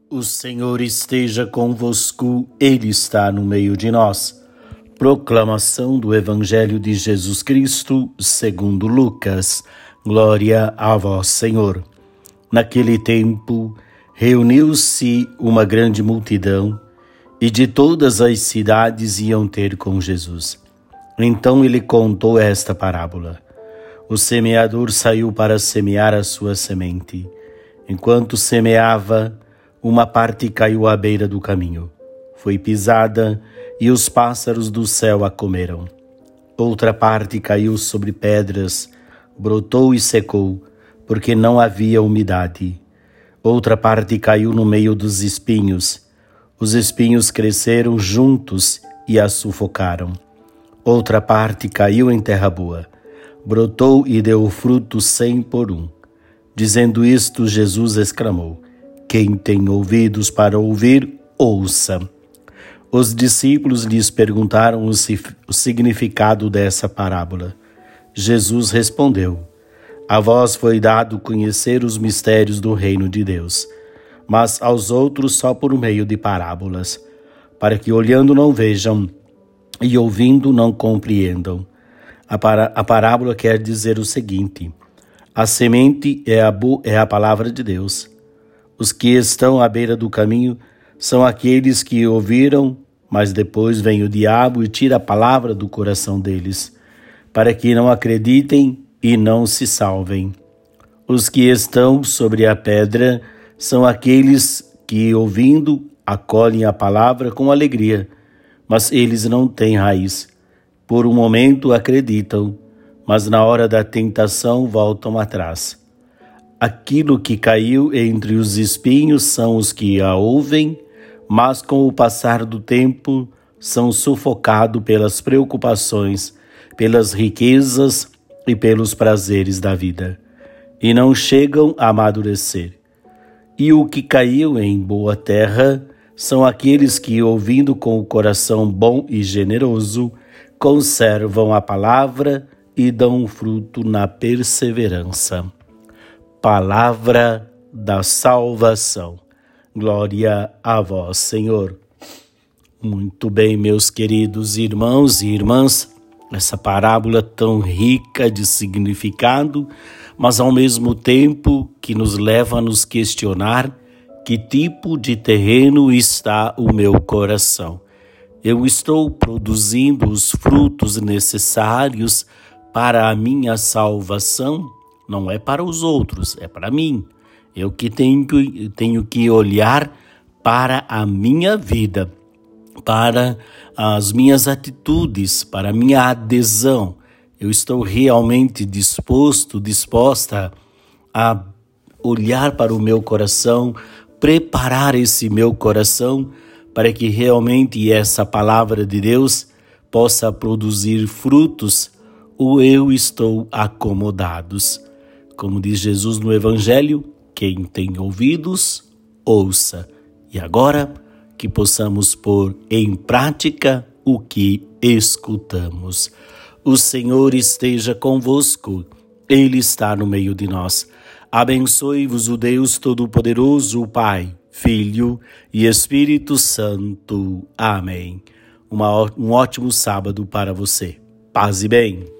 O Senhor esteja convosco, Ele está no meio de nós. Proclamação do Evangelho de Jesus Cristo, segundo Lucas. Glória a vós, Senhor. Naquele tempo, reuniu-se uma grande multidão, e de todas as cidades iam ter com Jesus. Então ele contou esta parábola. O semeador saiu para semear a sua semente. Enquanto semeava, uma parte caiu à beira do caminho. Foi pisada e os pássaros do céu a comeram. Outra parte caiu sobre pedras, brotou e secou, porque não havia umidade. Outra parte caiu no meio dos espinhos. Os espinhos cresceram juntos e a sufocaram. Outra parte caiu em terra boa, brotou e deu fruto 100 por 1. Dizendo isto, Jesus exclamou: Quem tem ouvidos para ouvir, ouça. Os discípulos lhes perguntaram o significado dessa parábola. Jesus respondeu: A vós foi dado conhecer os mistérios do reino de Deus, mas aos outros só por meio de parábolas, para que olhando não vejam e ouvindo não compreendam. A parábola quer dizer o seguinte: a semente é a palavra de Deus. Os que estão à beira do caminho são aqueles que ouviram, mas depois vem o diabo e tira a palavra do coração deles, para que não acreditem e não se salvem. Os que estão sobre a pedra são aqueles que, ouvindo, acolhem a palavra com alegria, mas eles não têm raiz. Por um momento acreditam, mas na hora da tentação voltam atrás. Aquilo que caiu entre os espinhos são os que a ouvem, mas com o passar do tempo são sufocados pelas preocupações, pelas riquezas e pelos prazeres da vida, e não chegam a amadurecer. E o que caiu em boa terra são aqueles que, ouvindo com o coração bom e generoso, conservam a palavra e dão fruto na perseverança. Palavra da salvação. Glória a vós, Senhor. Muito bem, meus queridos irmãos e irmãs, essa parábola tão rica de significado, mas ao mesmo tempo que nos leva a nos questionar que tipo de terreno está o meu coração. Eu estou produzindo os frutos necessários para a minha salvação? Não é para os outros, é para mim. Eu que tenho que olhar para a minha vida, para as minhas atitudes, para a minha adesão. Eu estou realmente disposta a olhar para o meu coração, preparar esse meu coração para que realmente essa palavra de Deus possa produzir frutos, ou eu estou acomodados? Como diz Jesus no Evangelho, quem tem ouvidos, ouça. E agora, que possamos pôr em prática o que escutamos. O Senhor esteja convosco, Ele está no meio de nós. Abençoe-vos o Deus Todo-Poderoso, o Pai, Filho e Espírito Santo. Amém. Um ótimo sábado para você. Paz e bem.